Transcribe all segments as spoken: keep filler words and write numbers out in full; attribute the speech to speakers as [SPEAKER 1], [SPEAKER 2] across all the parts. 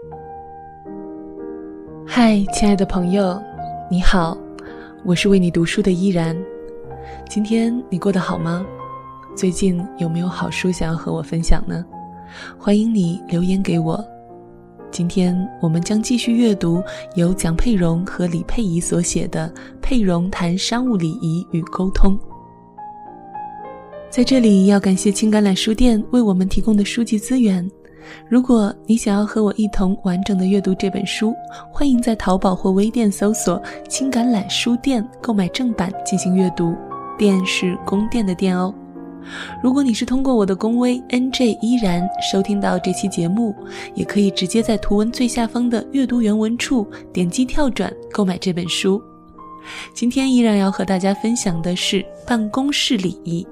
[SPEAKER 1] 嗨，亲爱的朋友，你好，我是为你读书的依然。今天你过得好吗？最近有没有好书想要和我分享呢？欢迎你留言给我。今天我们将继续阅读由蒋佩蓉和李佩仪所写的《佩蓉谈商务礼仪与沟通》。在这里要感谢青橄榄书店为我们提供的书籍资源。如果你想要和我一同完整的阅读这本书，欢迎在淘宝或微店搜索青橄榄书店购买正版进行阅读，店是宫殿的店哦。如果你是通过我的公微 N J 依然收听到这期节目，也可以直接在图文最下方的阅读原文处点击跳转购买这本书。今天依然要和大家分享的是办公室礼仪。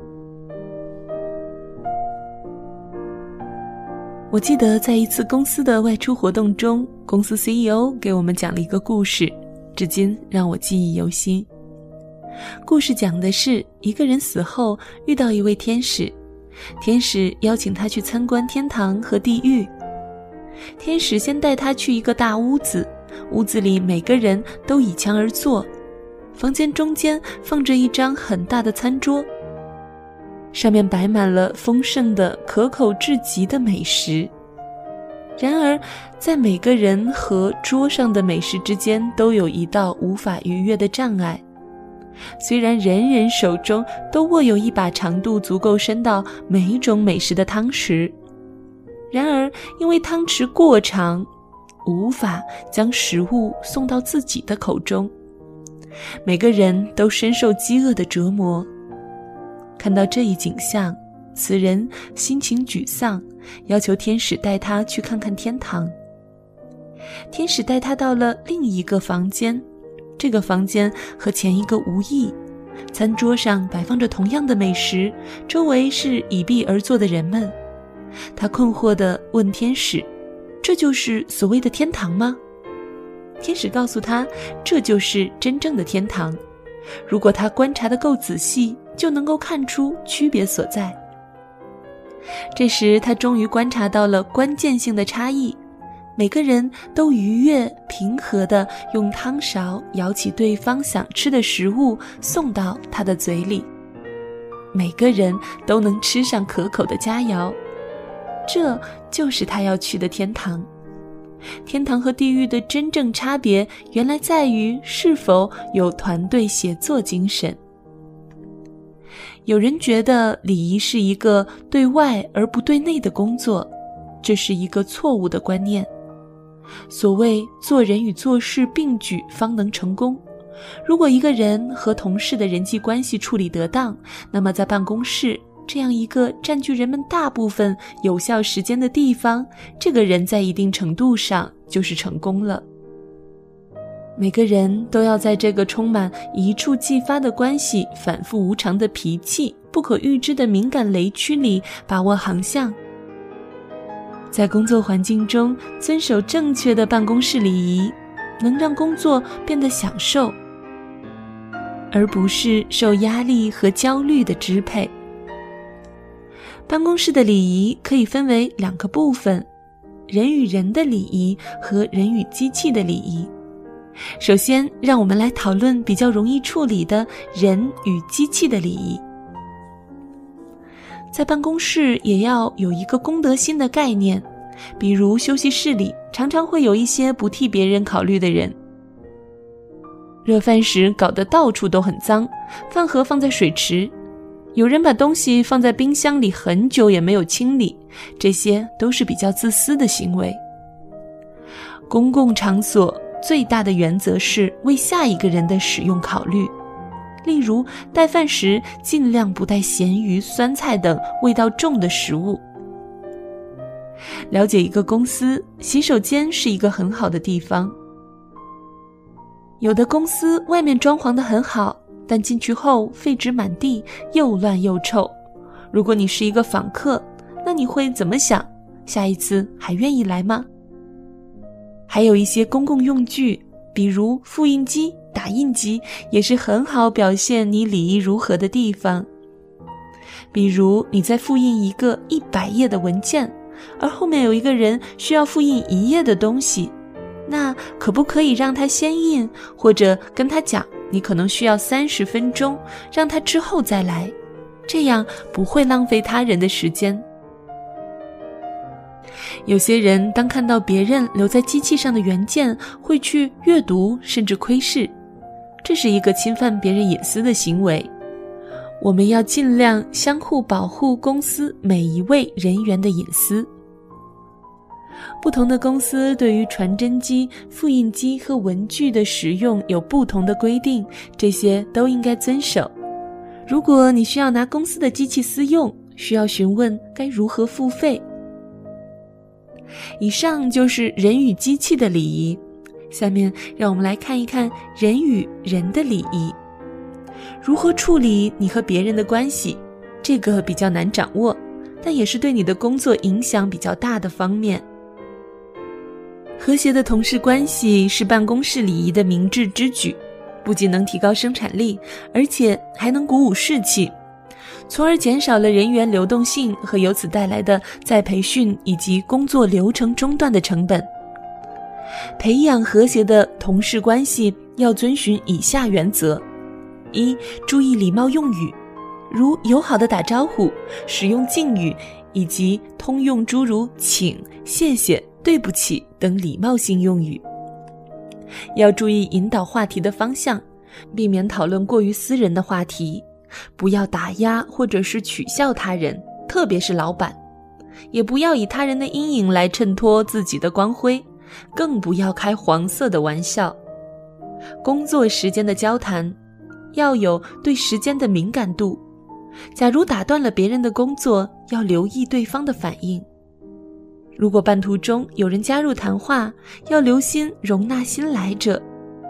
[SPEAKER 1] 我记得在一次公司的外出活动中，公司 C E O 给我们讲了一个故事，至今让我记忆犹新。故事讲的是一个人死后遇到一位天使，天使邀请他去参观天堂和地狱。天使先带他去一个大屋子，屋子里每个人都倚墙而坐，房间中间放着一张很大的餐桌，上面摆满了丰盛的可口至极的美食。然而在每个人和桌上的美食之间都有一道无法逾越的障碍。虽然人人手中都握有一把长度足够伸到每一种美食的汤匙，然而因为汤匙过长，无法将食物送到自己的口中。每个人都深受饥饿的折磨。看到这一景象，此人心情沮丧，要求天使带他去看看天堂。天使带他到了另一个房间，这个房间和前一个无异，餐桌上摆放着同样的美食，周围是倚壁而坐的人们。他困惑地问天使，这就是所谓的天堂吗？天使告诉他，这就是真正的天堂。如果他观察得够仔细，就能够看出区别所在。这时他终于观察到了关键性的差异，每个人都愉悦平和地用汤勺舀起对方想吃的食物送到他的嘴里，每个人都能吃上可口的佳肴。这就是他要去的天堂。天堂和地狱的真正差别原来在于是否有团队协作精神。有人觉得礼仪是一个对外而不对内的工作，这是一个错误的观念。所谓做人与做事并举方能成功，如果一个人和同事的人际关系处理得当，那么在办公室这样一个占据人们大部分有效时间的地方，这个人在一定程度上就是成功了。每个人都要在这个充满一触即发的关系、反复无常的脾气、不可预知的敏感雷区里把握航向。在工作环境中遵守正确的办公室礼仪，能让工作变得享受，而不是受压力和焦虑的支配。办公室的礼仪可以分为两个部分，人与人的礼仪和人与机器的礼仪。首先，让我们来讨论比较容易处理的人与机器的礼仪。在办公室也要有一个公德心的概念，比如休息室里常常会有一些不替别人考虑的人，热饭时搞得到处都很脏，饭盒放在水池，有人把东西放在冰箱里很久也没有清理，这些都是比较自私的行为。公共场所最大的原则是为下一个人的使用考虑，例如带饭时尽量不带咸鱼、酸菜等味道重的食物。了解一个公司，洗手间是一个很好的地方。有的公司外面装潢得很好，但进去后废纸满地，又乱又臭。如果你是一个访客，那你会怎么想？下一次还愿意来吗？还有一些公共用具，比如复印机、打印机，也是很好表现你礼仪如何的地方。比如你在复印一个一百页的文件， 而后面有一个人需要复印一页的东西，那可不可以让他先印，或者跟他讲你可能需要三十分钟，让他之后再来，这样不会浪费他人的时间。有些人当看到别人留在机器上的原件，会去阅读甚至窥视，这是一个侵犯别人隐私的行为。我们要尽量相互保护公司每一位人员的隐私。不同的公司对于传真机、复印机和文具的使用有不同的规定，这些都应该遵守。如果你需要拿公司的机器私用，需要询问该如何付费。以上就是人与机器的礼仪，下面让我们来看一看人与人的礼仪。如何处理你和别人的关系，这个比较难掌握，但也是对你的工作影响比较大的方面。和谐的同事关系是办公室礼仪的明智之举，不仅能提高生产力，而且还能鼓舞士气，从而减少了人员流动性和由此带来的再培训以及工作流程中断的成本。培养和谐的同事关系要遵循以下原则：一、注意礼貌用语，如友好的打招呼、使用敬语以及通用诸如请、谢谢、对不起等礼貌性用语。要注意引导话题的方向，避免讨论过于私人的话题，不要打压或者是取笑他人，特别是老板，也不要以他人的阴影来衬托自己的光辉，更不要开黄色的玩笑。工作时间的交谈要有对时间的敏感度，假如打断了别人的工作，要留意对方的反应。如果半途中有人加入谈话，要留心容纳新来者。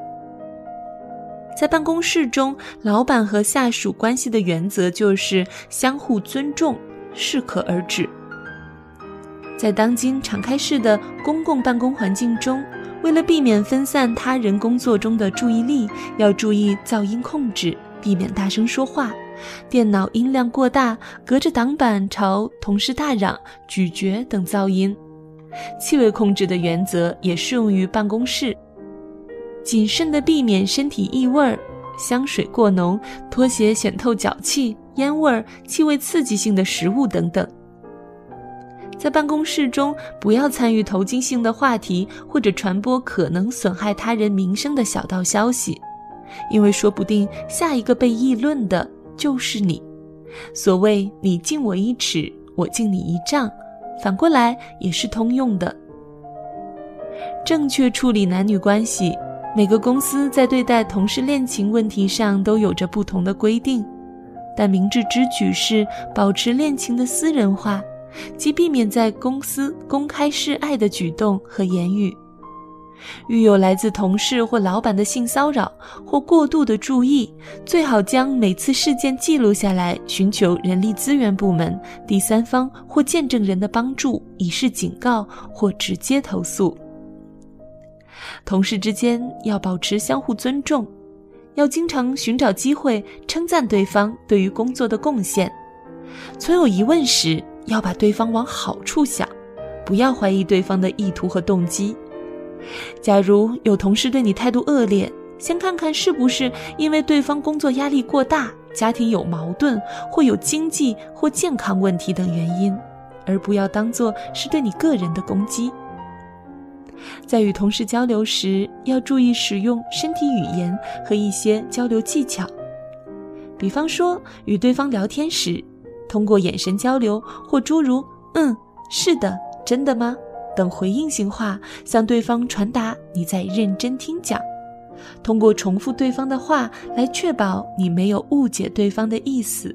[SPEAKER 1] 在办公室中，老板和下属关系的原则就是相互尊重，适可而止。在当今敞开式的公共办公环境中，为了避免分散他人工作中的注意力，要注意噪音控制，避免大声说话，电脑音量过大，隔着挡板朝同事大嚷、咀嚼等噪音。气味控制的原则也适用于办公室，谨慎地避免身体异味、香水过浓、拖鞋显透脚气、烟味、气味刺激性的食物等等。在办公室中，不要参与投机性的话题，或者传播可能损害他人名声的小道消息，因为说不定下一个被议论的就是你。所谓你敬我一尺，我敬你一丈，反过来也是通用的。正确处理男女关系，每个公司在对待同事恋情问题上都有着不同的规定，但明智之举是保持恋情的私人化，即避免在公司公开示爱的举动和言语。遇有来自同事或老板的性骚扰或过度的注意，最好将每次事件记录下来，寻求人力资源部门、第三方或见证人的帮助，以示警告或直接投诉。同事之间要保持相互尊重，要经常寻找机会称赞对方对于工作的贡献。存有疑问时，要把对方往好处想，不要怀疑对方的意图和动机。假如有同事对你态度恶劣，先看看是不是因为对方工作压力过大、家庭有矛盾，或有经济或健康问题等原因，而不要当作是对你个人的攻击。在与同事交流时，要注意使用身体语言和一些交流技巧，比方说与对方聊天时，通过眼神交流或诸如嗯、是的、真的吗等回应性话，向对方传达你在认真听讲，通过重复对方的话来确保你没有误解对方的意思。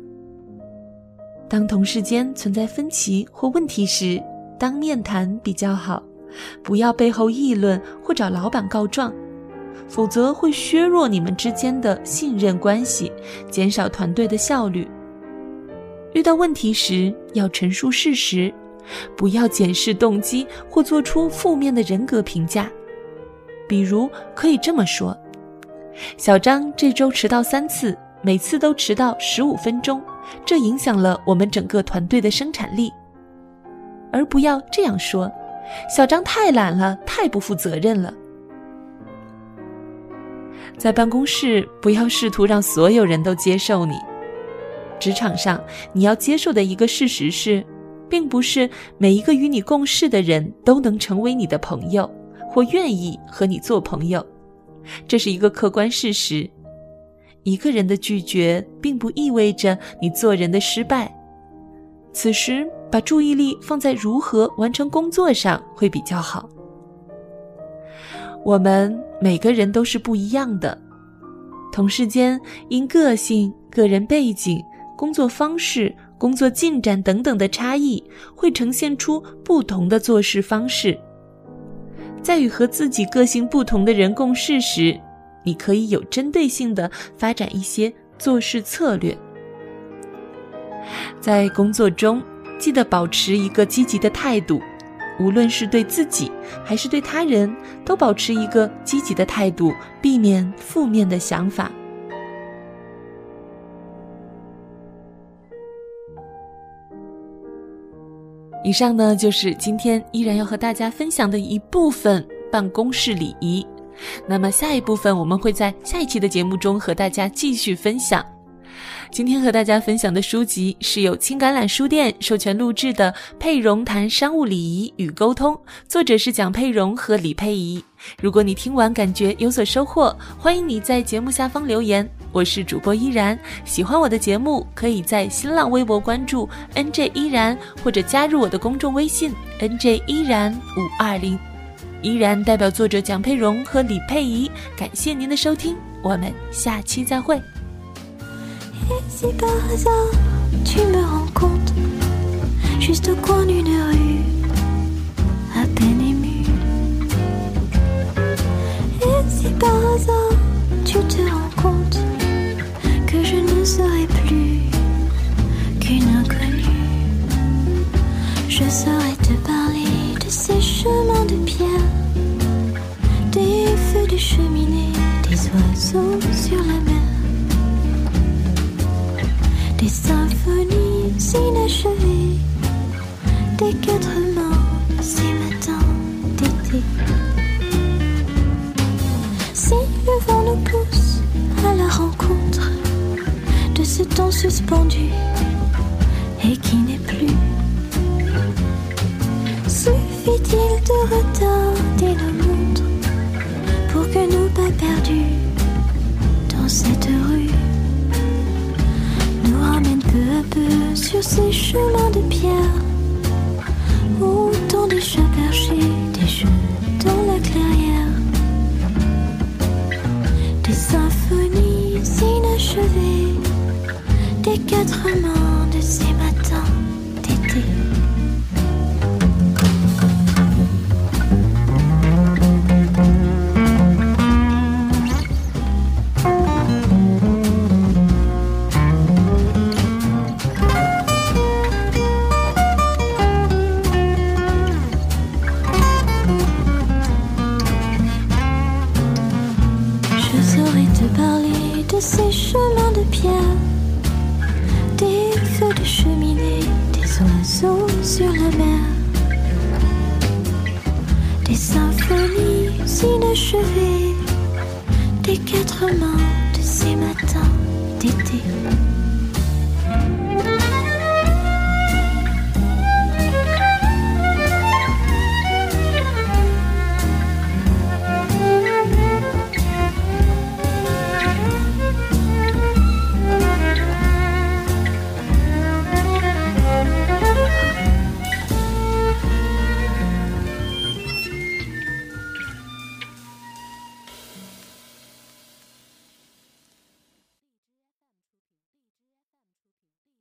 [SPEAKER 1] 当同事间存在分歧或问题时，当面谈比较好，不要背后议论或找老板告状，否则会削弱你们之间的信任关系，减少团队的效率。遇到问题时，要陈述事实，不要检视动机或做出负面的人格评价。比如可以这么说：小张这周迟到三次，每次都迟到十五分钟，这影响了我们整个团队的生产力。 而不要这样说：小张太懒了，太不负责任了。在办公室，不要试图让所有人都接受你。职场上，你要接受的一个事实是，并不是每一个与你共事的人都能成为你的朋友，或愿意和你做朋友。这是一个客观事实。一个人的拒绝，并不意味着你做人的失败。此时，把注意力放在如何完成工作上会比较好。我们每个人都是不一样的，同事间因个性、个人背景、工作方式、工作进展等等的差异，会呈现出不同的做事方式。在与和自己个性不同的人共事时，你可以有针对性地发展一些做事策略。在工作中，记得保持一个积极的态度，无论是对自己还是对他人，都保持一个积极的态度，避免负面的想法。以上呢，就是今天依然要和大家分享的一部分办公室礼仪。那么下一部分我们会在下一期的节目中和大家继续分享。今天和大家分享的书籍是由青橄榄书店授权录制的《佩蓉谈商务礼仪与沟通》，作者是蒋佩蓉和李佩仪。如果你听完感觉有所收获，欢迎你在节目下方留言。我是主播依然，喜欢我的节目可以在新浪微博关注 N J 依然，或者加入我的公众微信 N J 依然五二零。依然代表作者蒋佩蓉和李佩仪，感谢您的收听，我们下期再会。
[SPEAKER 2] Et si par hasard tu me rencontres juste au coin d'une rue, à peine émue. Et si par hasard tu te rends compte que je ne serai plus qu'une inconnue, je saurais te parler de ces chemins de pierre, des feux de cheminée, des oiseaux sur la mer.Des symphonies inachevées, des quatre mains, ces matins d'été. Si le vent nous pousse à la rencontre de ce temps suspendu et qui n'est plus, suffit-il de retarder nos montres pour que nos pas perdus dans cette rue?Ramène peu à peu sur ces chemins de pierre, autant des chats perchés, des jeux dans la clairière, des symphonies inachevées, des quatre mains de ces matins d'été. Ces chemins de pierre, des feux de cheminée, des oiseaux sur la mer, des symphonies inachevées, des quatre mains de ces matins d'été.